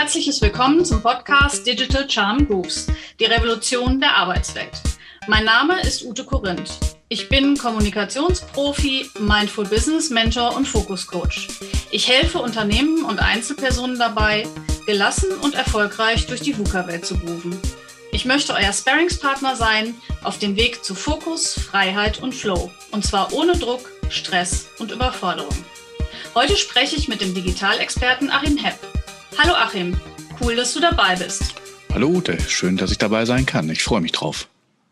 herzliches Willkommen zum Podcast Digital Charm Grooves, die Revolution der Arbeitswelt. Mein Name ist Ute Korinth. Ich bin Kommunikationsprofi, Mindful Business Mentor und Focus Coach. Ich helfe Unternehmen und Einzelpersonen dabei, gelassen und erfolgreich durch die VUCA-Welt zu grooven. Ich möchte euer Sparringspartner sein auf dem Weg zu Fokus, Freiheit und Flow. Und zwar ohne Druck, Stress und Überforderung. Heute spreche ich mit dem Digitalexperten Achim Hepp. Hallo Achim, cool, dass du dabei bist. Hallo Ute, schön, dass ich dabei sein kann. Ich freue mich drauf.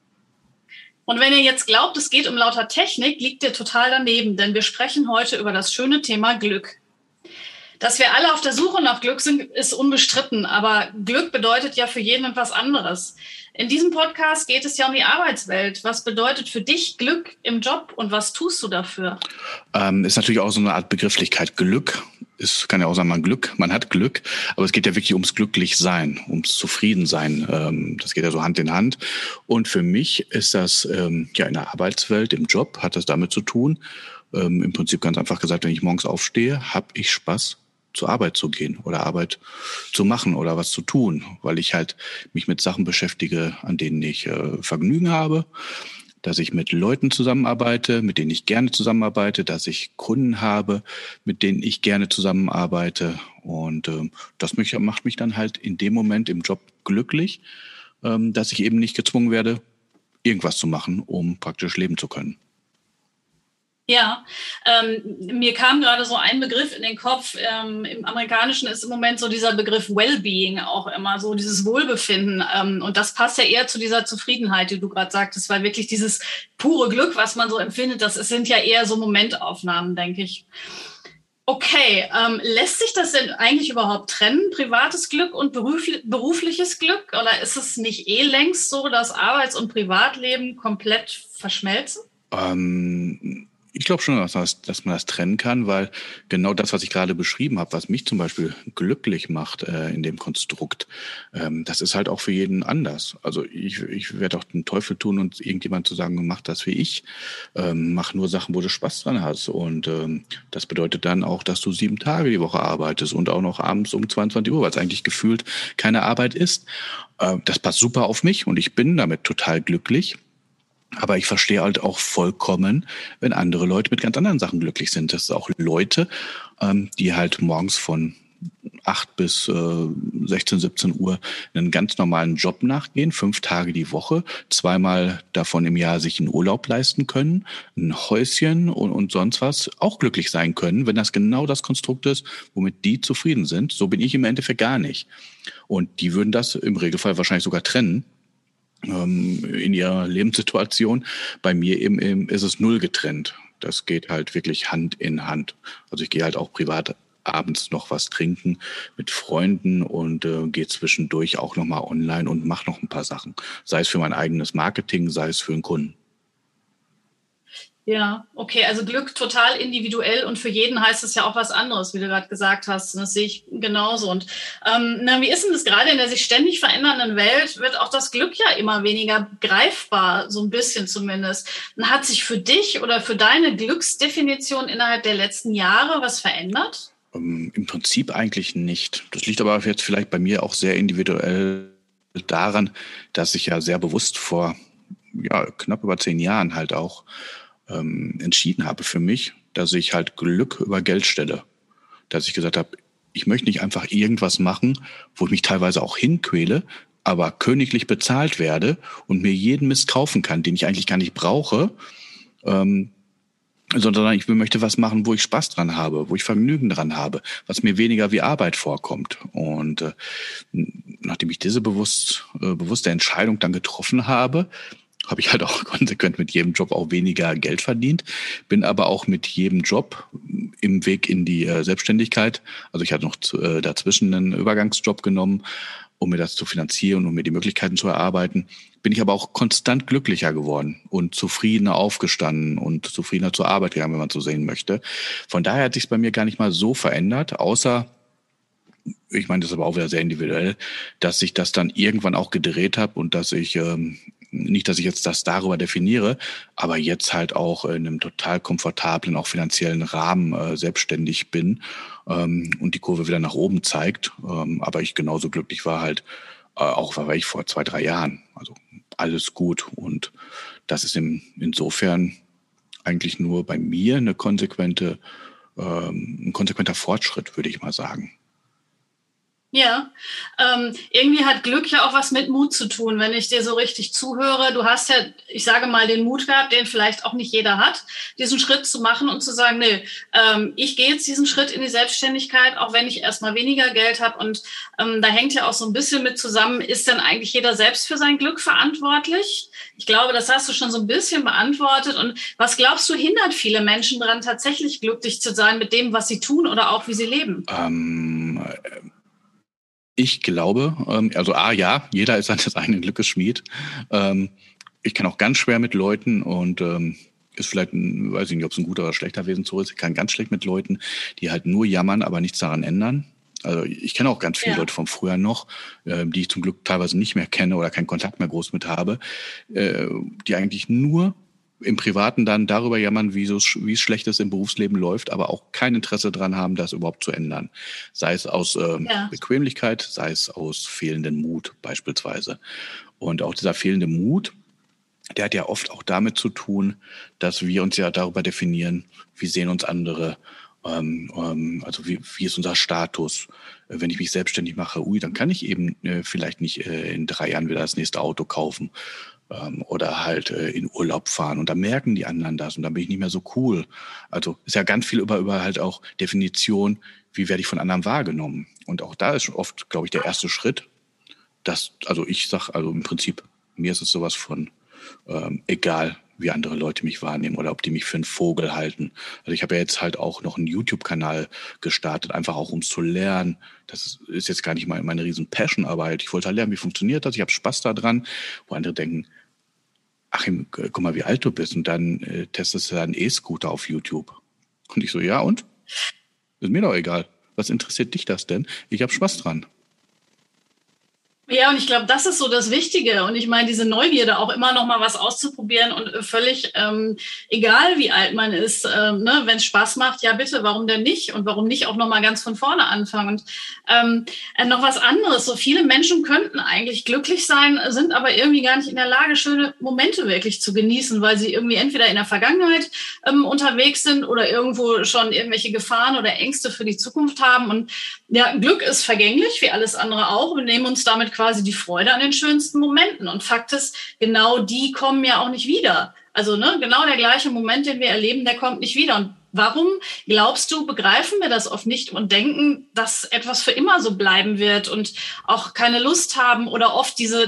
Und wenn ihr jetzt glaubt, es geht um lauter Technik, liegt ihr total daneben, denn wir sprechen heute über das schöne Thema Glück. Dass wir alle auf der Suche nach Glück sind, ist unbestritten, aber Glück bedeutet ja für jeden etwas anderes. In diesem Podcast geht es ja um die Arbeitswelt. Was bedeutet für dich Glück im Job und was tust du dafür? Ist natürlich auch so eine Art Begrifflichkeit. Glück, es kann ja auch sagen, man hat Glück, aber es geht ja wirklich ums Glücklichsein, ums Zufriedensein. Das geht ja so Hand in Hand. Und für mich ist das in der Arbeitswelt, im Job, hat das damit zu tun. Im Prinzip ganz einfach gesagt, wenn ich morgens aufstehe, habe ich Spaß, zur Arbeit zu gehen oder Arbeit zu machen oder was zu tun, weil ich halt mich mit Sachen beschäftige, an denen ich Vergnügen habe, dass ich mit Leuten zusammenarbeite, mit denen ich gerne zusammenarbeite, dass ich Kunden habe, mit denen ich gerne zusammenarbeite. Und das macht mich dann halt in dem Moment im Job glücklich, dass ich eben nicht gezwungen werde, irgendwas zu machen, um praktisch leben zu können. Ja, mir kam gerade so ein Begriff in den Kopf. Im Amerikanischen ist im Moment so dieser Begriff Wellbeing auch immer so, dieses Wohlbefinden. Und das passt ja eher zu dieser Zufriedenheit, die du gerade sagtest, weil wirklich dieses pure Glück, was man so empfindet, sind ja eher so Momentaufnahmen, denke ich. Okay, lässt sich das denn eigentlich überhaupt trennen, privates Glück und berufliches Glück? Oder ist es nicht längst so, dass Arbeits- und Privatleben komplett verschmelzen? Ich glaube schon, dass man das trennen kann, weil genau das, was ich gerade beschrieben habe, was mich zum Beispiel glücklich macht in dem Konstrukt, das ist halt auch für jeden anders. Also ich werde auch den Teufel tun und irgendjemand zu sagen, mach das wie ich, mach nur Sachen, wo du Spaß dran hast. Und das bedeutet dann auch, dass du 7 Tage die Woche arbeitest und auch noch abends um 22 Uhr, weil es eigentlich gefühlt keine Arbeit ist. Das passt super auf mich und ich bin damit total glücklich. Aber ich verstehe halt auch vollkommen, wenn andere Leute mit ganz anderen Sachen glücklich sind. Das sind auch Leute, die halt morgens von 8 bis 16, 17 Uhr einen ganz normalen Job nachgehen, 5 Tage die Woche, 2-mal davon im Jahr sich einen Urlaub leisten können, ein Häuschen und sonst was, auch glücklich sein können, wenn das genau das Konstrukt ist, womit die zufrieden sind. So bin ich im Endeffekt gar nicht. Und die würden das im Regelfall wahrscheinlich sogar trennen in ihrer Lebenssituation. Bei mir eben ist es 0 getrennt. Das geht halt wirklich Hand in Hand. Also ich gehe halt auch privat abends noch was trinken mit Freunden und gehe zwischendurch auch nochmal online und mache noch ein paar Sachen. Sei es für mein eigenes Marketing, sei es für einen Kunden. Ja, okay, also Glück total individuell und für jeden heißt es ja auch was anderes, wie du gerade gesagt hast. Und das sehe ich genauso. Und wie ist denn das gerade in der sich ständig verändernden Welt, wird auch das Glück ja immer weniger greifbar, so ein bisschen zumindest. Und hat sich für dich oder für deine Glücksdefinition innerhalb der letzten Jahre was verändert? Im Prinzip eigentlich nicht. Das liegt aber jetzt vielleicht bei mir auch sehr individuell daran, dass ich ja sehr bewusst vor knapp über 10 Jahren halt auch entschieden habe für mich, dass ich halt Glück über Geld stelle. Dass ich gesagt habe, ich möchte nicht einfach irgendwas machen, wo ich mich teilweise auch hinquäle, aber königlich bezahlt werde und mir jeden Mist kaufen kann, den ich eigentlich gar nicht brauche, sondern ich möchte was machen, wo ich Spaß dran habe, wo ich Vergnügen dran habe, was mir weniger wie Arbeit vorkommt. Und nachdem ich diese bewusste Entscheidung dann getroffen habe ich halt auch konsequent mit jedem Job auch weniger Geld verdient, bin aber auch mit jedem Job im Weg in die Selbstständigkeit. Also ich hatte noch dazwischen einen Übergangsjob genommen, um mir das zu finanzieren und mir die Möglichkeiten zu erarbeiten. Bin ich aber auch konstant glücklicher geworden und zufriedener aufgestanden und zufriedener zur Arbeit gegangen, wenn man so sehen möchte. Von daher hat sich es bei mir gar nicht mal so verändert, außer ich meine, das ist aber auch wieder sehr individuell, dass ich das dann irgendwann auch gedreht habe und dass ich Nicht, dass ich jetzt das darüber definiere, aber jetzt halt auch in einem total komfortablen, auch finanziellen Rahmen selbstständig bin und die Kurve wieder nach oben zeigt. Aber ich genauso glücklich war halt, auch war ich vor 2, 3 Jahren. Also alles gut. Und das ist insofern eigentlich nur bei mir ein konsequenter Fortschritt, würde ich mal sagen. Ja, irgendwie hat Glück ja auch was mit Mut zu tun, wenn ich dir so richtig zuhöre. Du hast ja, ich sage mal, den Mut gehabt, den vielleicht auch nicht jeder hat, diesen Schritt zu machen und zu sagen, nee, ich gehe jetzt diesen Schritt in die Selbstständigkeit, auch wenn ich erstmal weniger Geld habe. Und da hängt ja auch so ein bisschen mit zusammen, ist denn eigentlich jeder selbst für sein Glück verantwortlich? Ich glaube, das hast du schon so ein bisschen beantwortet. Und was glaubst du, hindert viele Menschen daran, tatsächlich glücklich zu sein mit dem, was sie tun oder auch wie sie leben? Ich glaube, also ja, jeder ist seines eigenen Glückes Schmied. Ich kann auch ganz schwer mit Leuten und ist vielleicht, weiß ich nicht, ob es ein guter oder schlechter Wesenzug ist. Ich kann ganz schlecht mit Leuten, die halt nur jammern, aber nichts daran ändern. Also ich kenne auch ganz viele Leute von früher noch, die ich zum Glück teilweise nicht mehr kenne oder keinen Kontakt mehr groß mit habe, die eigentlich nur im Privaten dann darüber jammern, wie es schlecht ist im Berufsleben läuft, aber auch kein Interesse daran haben, das überhaupt zu ändern. Sei es aus Bequemlichkeit, sei es aus fehlendem Mut beispielsweise. Und auch dieser fehlende Mut, der hat ja oft auch damit zu tun, dass wir uns ja darüber definieren, wie sehen uns andere, also wie ist unser Status. Wenn ich mich selbstständig mache, dann kann ich eben vielleicht nicht in 3 Jahren wieder das nächste Auto kaufen. Oder halt in Urlaub fahren. Und da merken die anderen das und dann bin ich nicht mehr so cool. Also ist ja ganz viel über halt auch Definition, wie werde ich von anderen wahrgenommen. Und auch da ist oft, glaube ich, der erste Schritt, also ich sag, also im Prinzip, mir ist es sowas von egal, wie andere Leute mich wahrnehmen oder ob die mich für einen Vogel halten. Also ich habe ja jetzt halt auch noch einen YouTube-Kanal gestartet, einfach auch um es zu lernen. Das ist jetzt gar nicht meine riesen Passion-Arbeit. Ich wollte halt lernen, wie funktioniert das. Ich habe Spaß daran, wo andere denken, Achim, guck mal, wie alt du bist. Und dann testest du einen E-Scooter auf YouTube. Und ich so, ja und? Ist mir doch egal. Was interessiert dich das denn? Ich habe Spaß dran. Ja, und ich glaube, das ist so das Wichtige. Und ich meine, diese Neugierde, auch immer noch mal was auszuprobieren und völlig egal, wie alt man ist, ne, wenn es Spaß macht, ja bitte, warum denn nicht? Und warum nicht auch noch mal ganz von vorne anfangen? Und noch was anderes. So viele Menschen könnten eigentlich glücklich sein, sind aber irgendwie gar nicht in der Lage, schöne Momente wirklich zu genießen, weil sie irgendwie entweder in der Vergangenheit unterwegs sind oder irgendwo schon irgendwelche Gefahren oder Ängste für die Zukunft haben. Und ja, Glück ist vergänglich, wie alles andere auch. Wir nehmen uns damit quasi die Freude an den schönsten Momenten. Und Fakt ist, genau die kommen ja auch nicht wieder. Also genau der gleiche Moment, den wir erleben, der kommt nicht wieder. Und warum, glaubst du, begreifen wir das oft nicht und denken, dass etwas für immer so bleiben wird und auch keine Lust haben oder oft diese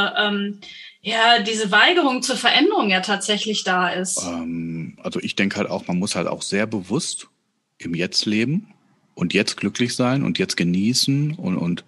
Weigerung zur Veränderung ja tatsächlich da ist? Also ich denke halt auch, man muss halt auch sehr bewusst im Jetzt leben und jetzt glücklich sein und jetzt genießen und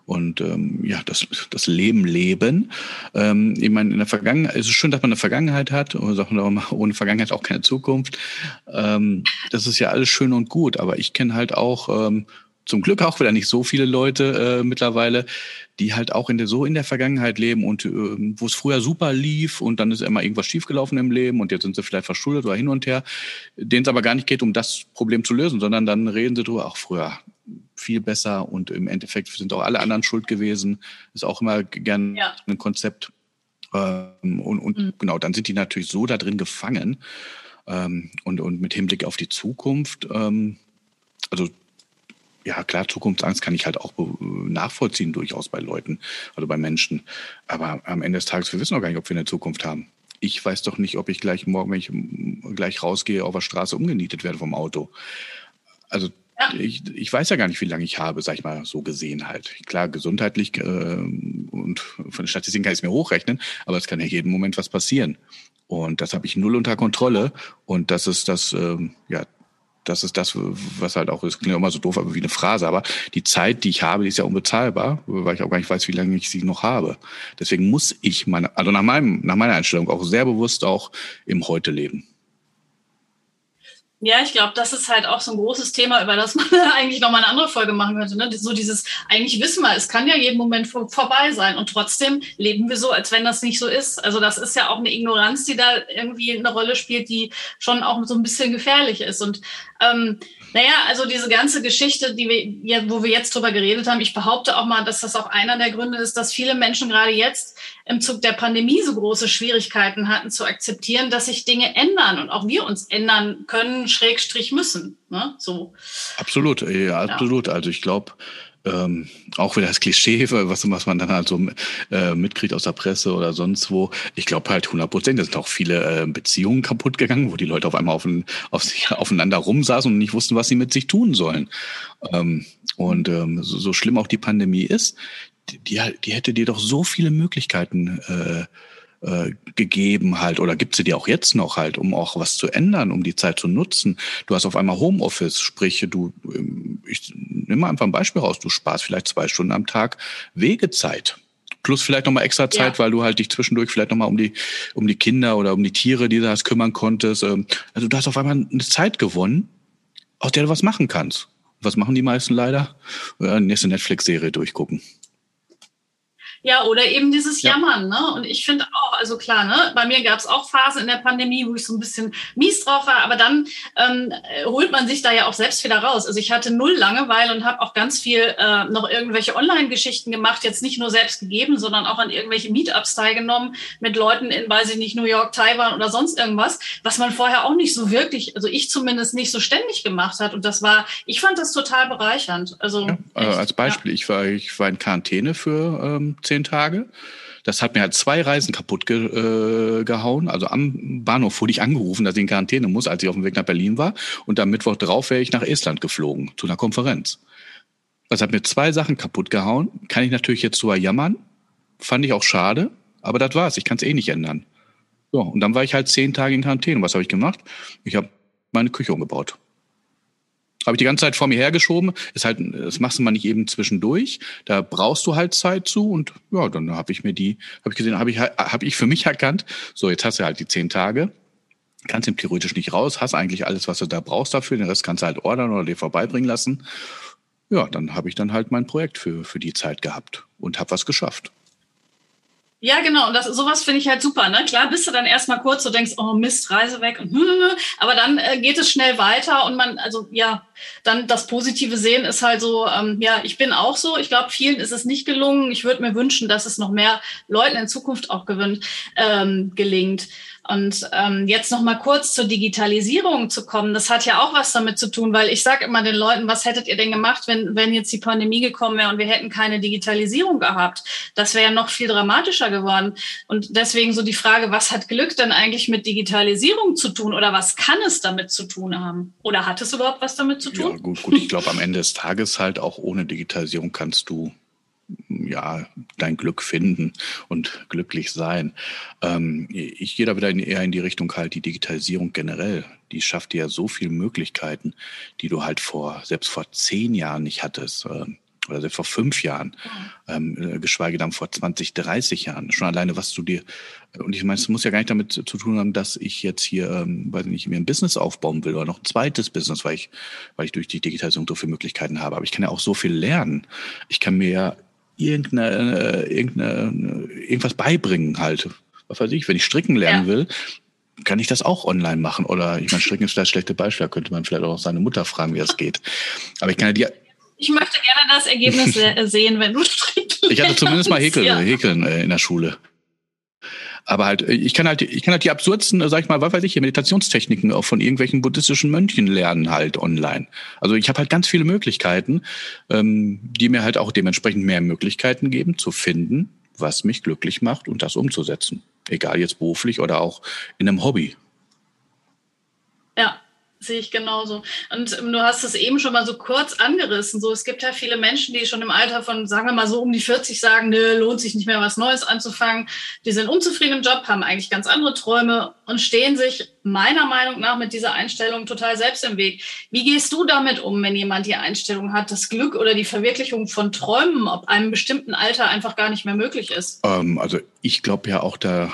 das Leben leben. Ich meine, in der Vergangenheit, es ist schön, dass man eine Vergangenheit hat, oder sagen wir mal, ohne Vergangenheit auch keine Zukunft. Das ist ja alles schön und gut, aber ich kenne halt auch zum Glück auch wieder nicht so viele Leute mittlerweile, die halt auch in der Vergangenheit leben und wo es früher super lief und dann ist immer irgendwas schiefgelaufen im Leben und jetzt sind sie vielleicht verschuldet oder hin und her, denen es aber gar nicht geht, um das Problem zu lösen, sondern dann reden sie drüber, auch früher viel besser und im Endeffekt sind auch alle anderen schuld gewesen. Ist auch immer gern ein Konzept. Genau, dann sind die natürlich so da drin gefangen und mit Hinblick auf die Zukunft, also ja, klar, Zukunftsangst kann ich halt auch nachvollziehen durchaus bei Leuten, also bei Menschen. Aber am Ende des Tages, wir wissen noch gar nicht, ob wir eine Zukunft haben. Ich weiß doch nicht, ob ich gleich morgen, wenn ich gleich rausgehe, auf der Straße umgenietet werde vom Auto. Also ich weiß ja gar nicht, wie lange ich habe, sag ich mal, so gesehen halt. Klar, gesundheitlich und von den Statistiken kann ich es mir hochrechnen, aber es kann ja jeden Moment was passieren. Und das habe ich null unter Kontrolle. Und das ist das, das ist das, was halt auch, es klingt immer so doof, aber wie eine Phrase, aber die Zeit, die ich habe, die ist ja unbezahlbar, weil ich auch gar nicht weiß, wie lange ich sie noch habe. Deswegen muss ich also nach meiner Einstellung auch sehr bewusst auch im Heute leben. Ja, ich glaube, das ist halt auch so ein großes Thema, über das man eigentlich noch mal eine andere Folge machen könnte. Ne? So dieses, eigentlich wissen wir, es kann ja jeden Moment vorbei sein und trotzdem leben wir so, als wenn das nicht so ist. Also das ist ja auch eine Ignoranz, die da irgendwie eine Rolle spielt, die schon auch so ein bisschen gefährlich ist. Und naja, also diese ganze Geschichte, wo wir jetzt drüber geredet haben, ich behaupte auch mal, dass das auch einer der Gründe ist, dass viele Menschen gerade jetzt im Zug der Pandemie so große Schwierigkeiten hatten zu akzeptieren, dass sich Dinge ändern und auch wir uns ändern können, Schrägstrich müssen. Ne? So. Absolut, ja, absolut. Ja. Also ich glaube, auch wieder das Klischee, was man dann halt so mitkriegt aus der Presse oder sonst wo. Ich glaube halt 100%, da sind auch viele Beziehungen kaputt gegangen, wo die Leute auf einmal aufeinander rumsaßen und nicht wussten, was sie mit sich tun sollen. So schlimm auch die Pandemie ist, die hätte dir doch so viele Möglichkeiten gegeben halt, oder gibt sie dir auch jetzt noch halt, um auch was zu ändern, um die Zeit zu nutzen. Du hast auf einmal Homeoffice, sprich, ich nehme mal einfach ein Beispiel raus, du sparst vielleicht 2 Stunden am Tag Wegezeit. Plus vielleicht nochmal extra Zeit, weil du halt dich zwischendurch vielleicht nochmal um die Kinder oder um die Tiere, die du hast, kümmern konntest. Also du hast auf einmal eine Zeit gewonnen, aus der du was machen kannst. Was machen die meisten leider? Nächste Netflix-Serie durchgucken. Ja, oder eben dieses Jammern, ne? Und ich finde auch, also klar, ne, bei mir gab es auch Phasen in der Pandemie, wo ich so ein bisschen mies drauf war, aber dann holt man sich da ja auch selbst wieder raus. Also ich hatte 0 Langeweile und habe auch ganz viel noch irgendwelche Online-Geschichten gemacht, jetzt nicht nur selbst gegeben, sondern auch an irgendwelche Meetups teilgenommen mit Leuten in, weiß ich nicht, New York, Taiwan oder sonst irgendwas, was man vorher auch nicht so wirklich, also ich zumindest nicht so ständig gemacht hat. Und ich fand das total bereichernd. Also als Beispiel, ich war in Quarantäne für 10 Tage. Das hat mir halt 2 Reisen kaputt gehauen. Also am Bahnhof wurde ich angerufen, dass ich in Quarantäne muss, als ich auf dem Weg nach Berlin war. Und am Mittwoch drauf wäre ich nach Estland geflogen, zu einer Konferenz. Das hat mir 2 Sachen kaputt gehauen. Kann ich natürlich jetzt drüber jammern. Fand ich auch schade. Aber das war's. Ich kann es eh nicht ändern. So, und dann war ich halt 10 Tage in Quarantäne. Was habe ich gemacht? Ich habe meine Küche umgebaut. Habe ich die ganze Zeit vor mir hergeschoben. Das machst du mal nicht eben zwischendurch. Da brauchst du halt Zeit zu. Und ja, dann habe ich für mich erkannt, so, jetzt hast du halt die 10 Tage. Kannst ihm theoretisch nicht raus, hast eigentlich alles, was du da brauchst dafür. Den Rest kannst du halt ordern oder dir vorbeibringen lassen. Ja, dann habe ich dann halt mein Projekt für die Zeit gehabt und habe was geschafft. Ja, genau. Und sowas finde ich halt super. Ne? Klar, bist du dann erstmal kurz, so denkst, oh Mist, Reise weg. Aber dann geht es schnell weiter und dann das Positive sehen ist halt so, ich bin auch so. Ich glaube, vielen ist es nicht gelungen. Ich würde mir wünschen, dass es noch mehr Leuten in Zukunft auch gelingt. Und jetzt noch mal kurz zur Digitalisierung zu kommen, das hat ja auch was damit zu tun, weil ich sage immer den Leuten, was hättet ihr denn gemacht, wenn jetzt die Pandemie gekommen wäre und wir hätten keine Digitalisierung gehabt? Das wäre ja noch viel dramatischer geworden. Und deswegen so die Frage, was hat Glück denn eigentlich mit Digitalisierung zu tun oder was kann es damit zu tun haben? Oder hat es überhaupt was damit zu tun? Ja, gut. Ich glaube, am Ende des Tages halt auch ohne Digitalisierung kannst du dein Glück finden und glücklich sein. Ich gehe da wieder eher in die Richtung halt die Digitalisierung generell. Die schafft dir ja so viele Möglichkeiten, die du halt selbst vor 10 Jahren nicht hattest. Oder selbst vor 5 Jahren, geschweige dann vor 20, 30 Jahren. Schon alleine, was du dir, und ich meine, es muss ja gar nicht damit zu tun haben, dass ich jetzt hier, mir ein Business aufbauen will oder noch ein zweites Business, weil ich durch die Digitalisierung so viele Möglichkeiten habe. Aber ich kann ja auch so viel lernen. Ich kann mir ja irgendwas beibringen halt. Was weiß ich, wenn ich stricken lernen will, kann ich das auch online machen. Oder ich meine, stricken ist das schlechte Beispiel, da könnte man vielleicht auch seine Mutter fragen, wie das geht. Aber ich kann ja ich möchte gerne das Ergebnis sehen, wenn du stricken. Ich hatte zumindest mal Häkeln in der Schule. Aber halt, ich kann halt die absurdsten, sag ich mal, was weiß ich, Meditationstechniken auch von irgendwelchen buddhistischen Mönchen lernen halt online. Also ich habe halt ganz viele Möglichkeiten, die mir halt auch dementsprechend mehr Möglichkeiten geben, zu finden, was mich glücklich macht und das umzusetzen. Egal jetzt beruflich oder auch in einem Hobby. Ja. Sehe ich genauso. Und du hast es eben schon mal so kurz angerissen. So, es gibt ja viele Menschen, die schon im Alter von, sagen wir mal so um die 40 sagen, nö, lohnt sich nicht mehr was Neues anzufangen. Die sind unzufrieden im Job, haben eigentlich ganz andere Träume und stehen sich meiner Meinung nach mit dieser Einstellung total selbst im Weg. Wie gehst du damit um, wenn jemand die Einstellung hat, das Glück oder die Verwirklichung von Träumen ab einem bestimmten Alter einfach gar nicht mehr möglich ist? Also ich glaube ja auch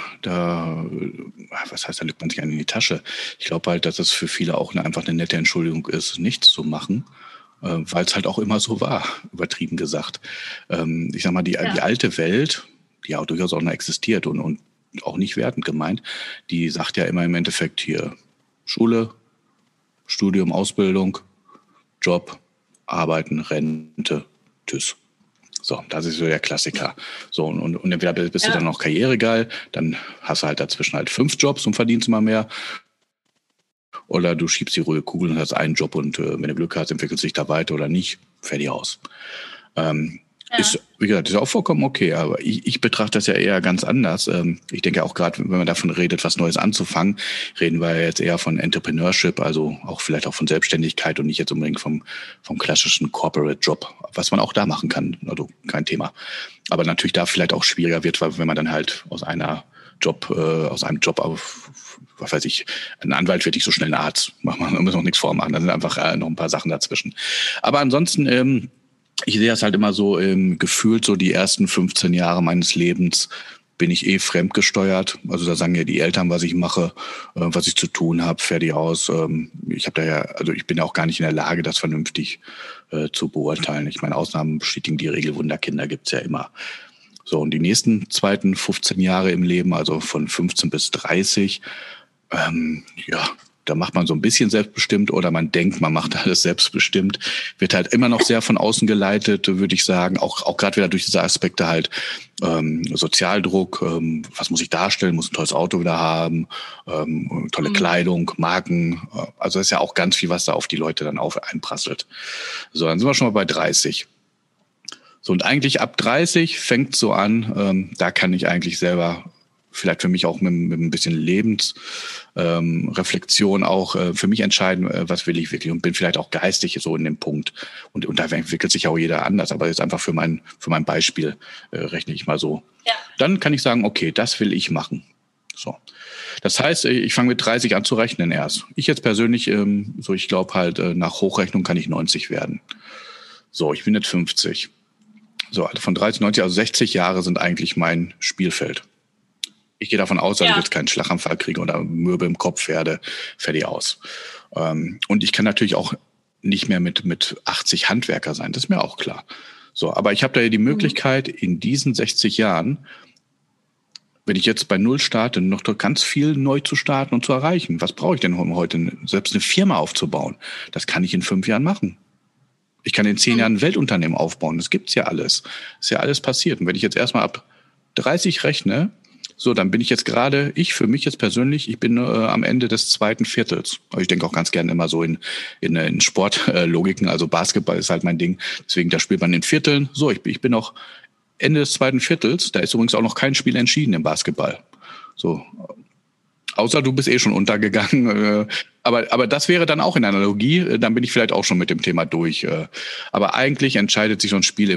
was heißt, da lügt man sich einen in die Tasche. Ich glaube halt, dass es für viele auch einfach eine nette Entschuldigung ist, nichts zu machen, weil es halt auch immer so war, übertrieben gesagt. Ich sag mal, die alte Welt, die ja auch durchaus auch noch existiert und auch nicht wertend gemeint, die sagt ja immer im Endeffekt hier Schule, Studium, Ausbildung, Job, Arbeiten, Rente, tschüss. So, das ist so der Klassiker. So, und entweder bist du dann noch karrieregeil, dann hast du halt dazwischen halt 5 Jobs und verdienst immer mehr. Oder du schiebst die ruhige Kugel und hast einen Job und wenn du Glück hast, entwickelst du dich da weiter oder nicht, fertig aus. Ist, wie gesagt, ist auch vollkommen okay, aber ich betrachte das ja eher ganz anders. Ich denke auch gerade, wenn man davon redet, was Neues anzufangen, reden wir jetzt eher von Entrepreneurship, also auch vielleicht auch von Selbstständigkeit und nicht jetzt unbedingt vom klassischen Corporate Job, was man auch da machen kann, also kein Thema. Aber natürlich da vielleicht auch schwieriger wird, weil wenn man dann halt aus einem Job auf, was weiß ich, ein Anwalt wird nicht so schnell ein Arzt, man muss noch nichts vormachen, da sind einfach noch ein paar Sachen dazwischen. Aber ansonsten, ich sehe das halt immer so, gefühlt so die ersten 15 Jahre meines Lebens bin ich fremdgesteuert. Also da sagen ja die Eltern, was ich mache, was ich zu tun habe, fertig aus. Ich bin ja auch gar nicht in der Lage, das vernünftig zu beurteilen. Ich meine, Ausnahmen bestätigen die Regel, Wunderkinder gibt's ja immer. So, und die nächsten zweiten 15 Jahre im Leben, also von 15 bis 30, da macht man so ein bisschen selbstbestimmt oder man denkt, man macht alles selbstbestimmt, wird halt immer noch sehr von außen geleitet, würde ich sagen, auch gerade wieder durch diese Aspekte halt Sozialdruck, was muss ich darstellen, muss ein tolles Auto wieder haben, tolle Kleidung, Marken, also ist ja auch ganz viel, was da auf die Leute dann einprasselt. So, dann sind wir schon mal bei 30. So, und eigentlich ab 30 fängt so an, da kann ich eigentlich selber vielleicht für mich auch mit ein bisschen Lebensreflexion auch für mich entscheiden, was will ich wirklich und bin vielleicht auch geistig so in dem Punkt. Und da entwickelt sich auch jeder anders, aber jetzt einfach für mein Beispiel rechne ich mal so. Ja. Dann kann ich sagen, okay, das will ich machen. So. Das heißt, ich fange mit 30 an zu rechnen erst. Ich jetzt persönlich, ich glaube halt, nach Hochrechnung kann ich 90 werden. So, ich bin jetzt 50. So, also von 30, 90, also 60 Jahre sind eigentlich mein Spielfeld. Ich gehe davon aus, dass ich jetzt keinen Schlaganfall kriege oder mürbe im Kopf werde, fertig aus. Und ich kann natürlich auch nicht mehr mit 80 Handwerker sein, das ist mir auch klar. So, aber ich habe da ja die Möglichkeit, in diesen 60 Jahren, wenn ich jetzt bei Null starte, noch ganz viel neu zu starten und zu erreichen. Was brauche ich denn heute? Selbst eine Firma aufzubauen, das kann ich in 5 Jahren machen. Ich kann in 10 Jahren ein Weltunternehmen aufbauen, das gibt's ja alles. Ist ja alles passiert. Und wenn ich jetzt erstmal ab 30 rechne, so, dann bin ich jetzt gerade, für mich jetzt persönlich, ich bin am Ende des 2. Viertels. Ich denke auch ganz gerne immer so in Sportlogiken, also Basketball ist halt mein Ding. Deswegen, da spielt man in Vierteln. So, ich bin noch Ende des 2. Viertels. Da ist übrigens auch noch kein Spiel entschieden im Basketball. So, außer du bist schon untergegangen. Aber das wäre dann auch in Analogie. Dann bin ich vielleicht auch schon mit dem Thema durch. Aber eigentlich entscheidet sich so ein Spiel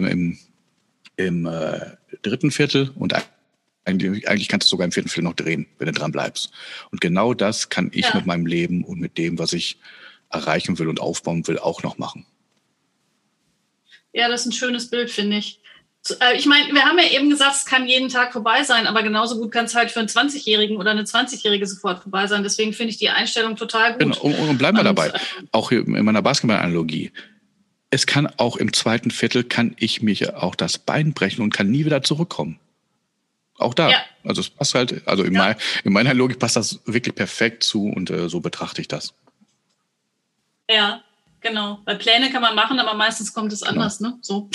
im 3. Viertel und eigentlich kannst du sogar im 4. Viertel noch drehen, wenn du dran bleibst. Und genau das kann ich mit meinem Leben und mit dem, was ich erreichen will und aufbauen will, auch noch machen. Ja, das ist ein schönes Bild, finde ich. Ich meine, wir haben ja eben gesagt, es kann jeden Tag vorbei sein, aber genauso gut kann es halt für einen 20-Jährigen oder eine 20-Jährige sofort vorbei sein. Deswegen finde ich die Einstellung total gut. Genau. Und bleiben wir dabei. Auch in meiner Basketball-Analogie. Es kann auch im 2. Viertel, kann ich mich auch das Bein brechen und kann nie wieder zurückkommen. Auch da. Ja. Also es passt halt, also in meiner Logik passt das wirklich perfekt zu und so betrachte ich das. Ja, genau. Weil Pläne kann man machen, aber meistens kommt es anders, ne? So.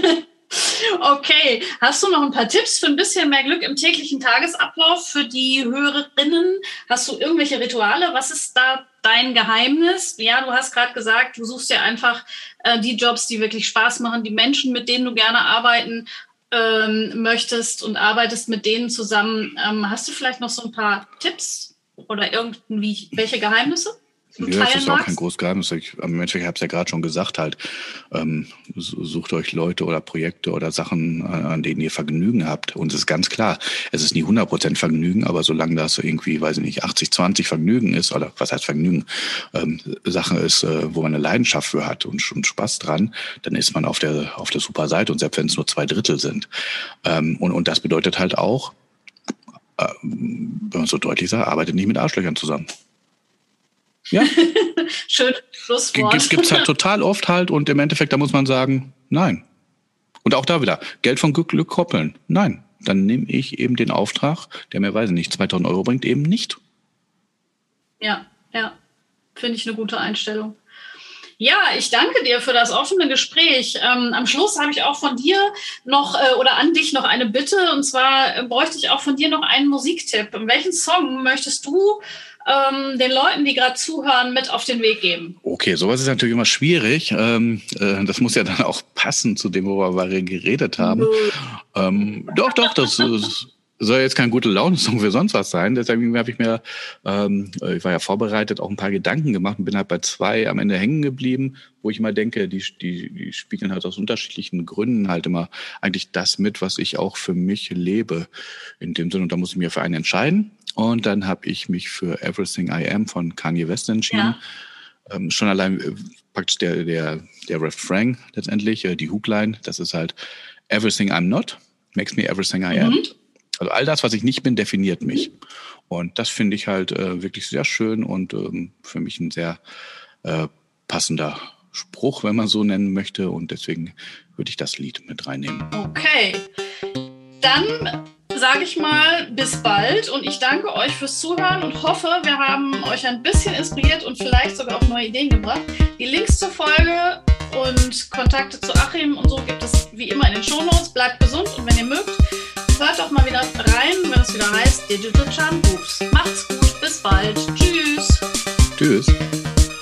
Okay. Hast du noch ein paar Tipps für ein bisschen mehr Glück im täglichen Tagesablauf für die Hörerinnen? Hast du irgendwelche Rituale? Was ist da dein Geheimnis? Ja, du hast gerade gesagt, du suchst ja einfach die Jobs, die wirklich Spaß machen, die Menschen, mit denen du gerne arbeiten möchtest und arbeitest mit denen zusammen. Hast du vielleicht noch so ein paar Tipps oder welche Geheimnisse? Ja, das ist ja auch kein großes Geheimnis. Ich habe es ja gerade schon gesagt, halt, sucht euch Leute oder Projekte oder Sachen, an denen ihr Vergnügen habt. Und es ist ganz klar, es ist nie 100% Vergnügen, aber solange das irgendwie, weiß ich nicht, 80-20 Vergnügen ist, oder was heißt Vergnügen, Sache ist, wo man eine Leidenschaft für hat und schon Spaß dran, dann ist man auf der super Seite, und selbst wenn es nur 2/3 sind. Und das bedeutet halt auch, wenn man so deutlich sagt, arbeitet nicht mit Arschlöchern zusammen. Ja. Schön Schlusswort. Gibt's halt total oft halt, und im Endeffekt, da muss man sagen, nein. Und auch da wieder, Geld von Glück koppeln. Nein, dann nehme ich eben den Auftrag, der mir, weiß ich nicht, 2.000 Euro bringt, eben nicht. Ja, finde ich eine gute Einstellung. Ja, ich danke dir für das offene Gespräch. Am Schluss habe ich auch von dir noch oder an dich noch eine Bitte. Und zwar bräuchte ich auch von dir noch einen Musiktipp. Welchen Song möchtest du den Leuten, die gerade zuhören, mit auf den Weg geben? Okay, sowas ist natürlich immer schwierig. Das muss ja dann auch passen zu dem, worüber wir geredet haben. Doch, das soll jetzt kein gute Laune-Song für sonst was sein. Deshalb habe ich mir, ich war ja vorbereitet, auch ein paar Gedanken gemacht und bin halt bei 2 am Ende hängen geblieben, wo ich immer denke, die spiegeln halt aus unterschiedlichen Gründen halt immer eigentlich das mit, was ich auch für mich lebe. In dem Sinne, und da muss ich mir für einen entscheiden. Und dann habe ich mich für Everything I Am von Kanye West entschieden. Ja. Schon allein praktisch der Refrain letztendlich, die Hookline, das ist halt Everything I'm not makes me everything I am. Also all das, was ich nicht bin, definiert mich. Und das finde ich halt wirklich sehr schön und für mich ein sehr passender Spruch, wenn man so nennen möchte. Und deswegen würde ich das Lied mit reinnehmen. Okay, dann sage ich mal bis bald, und ich danke euch fürs Zuhören und hoffe, wir haben euch ein bisschen inspiriert und vielleicht sogar auf neue Ideen gebracht. Die Links zur Folge und Kontakte zu Achim und so gibt es wie immer in den Shownotes. Bleibt gesund, und wenn ihr mögt, hört doch mal wieder rein, wenn es wieder heißt Digital Charm Groups. Macht's gut, bis bald. Tschüss. Tschüss.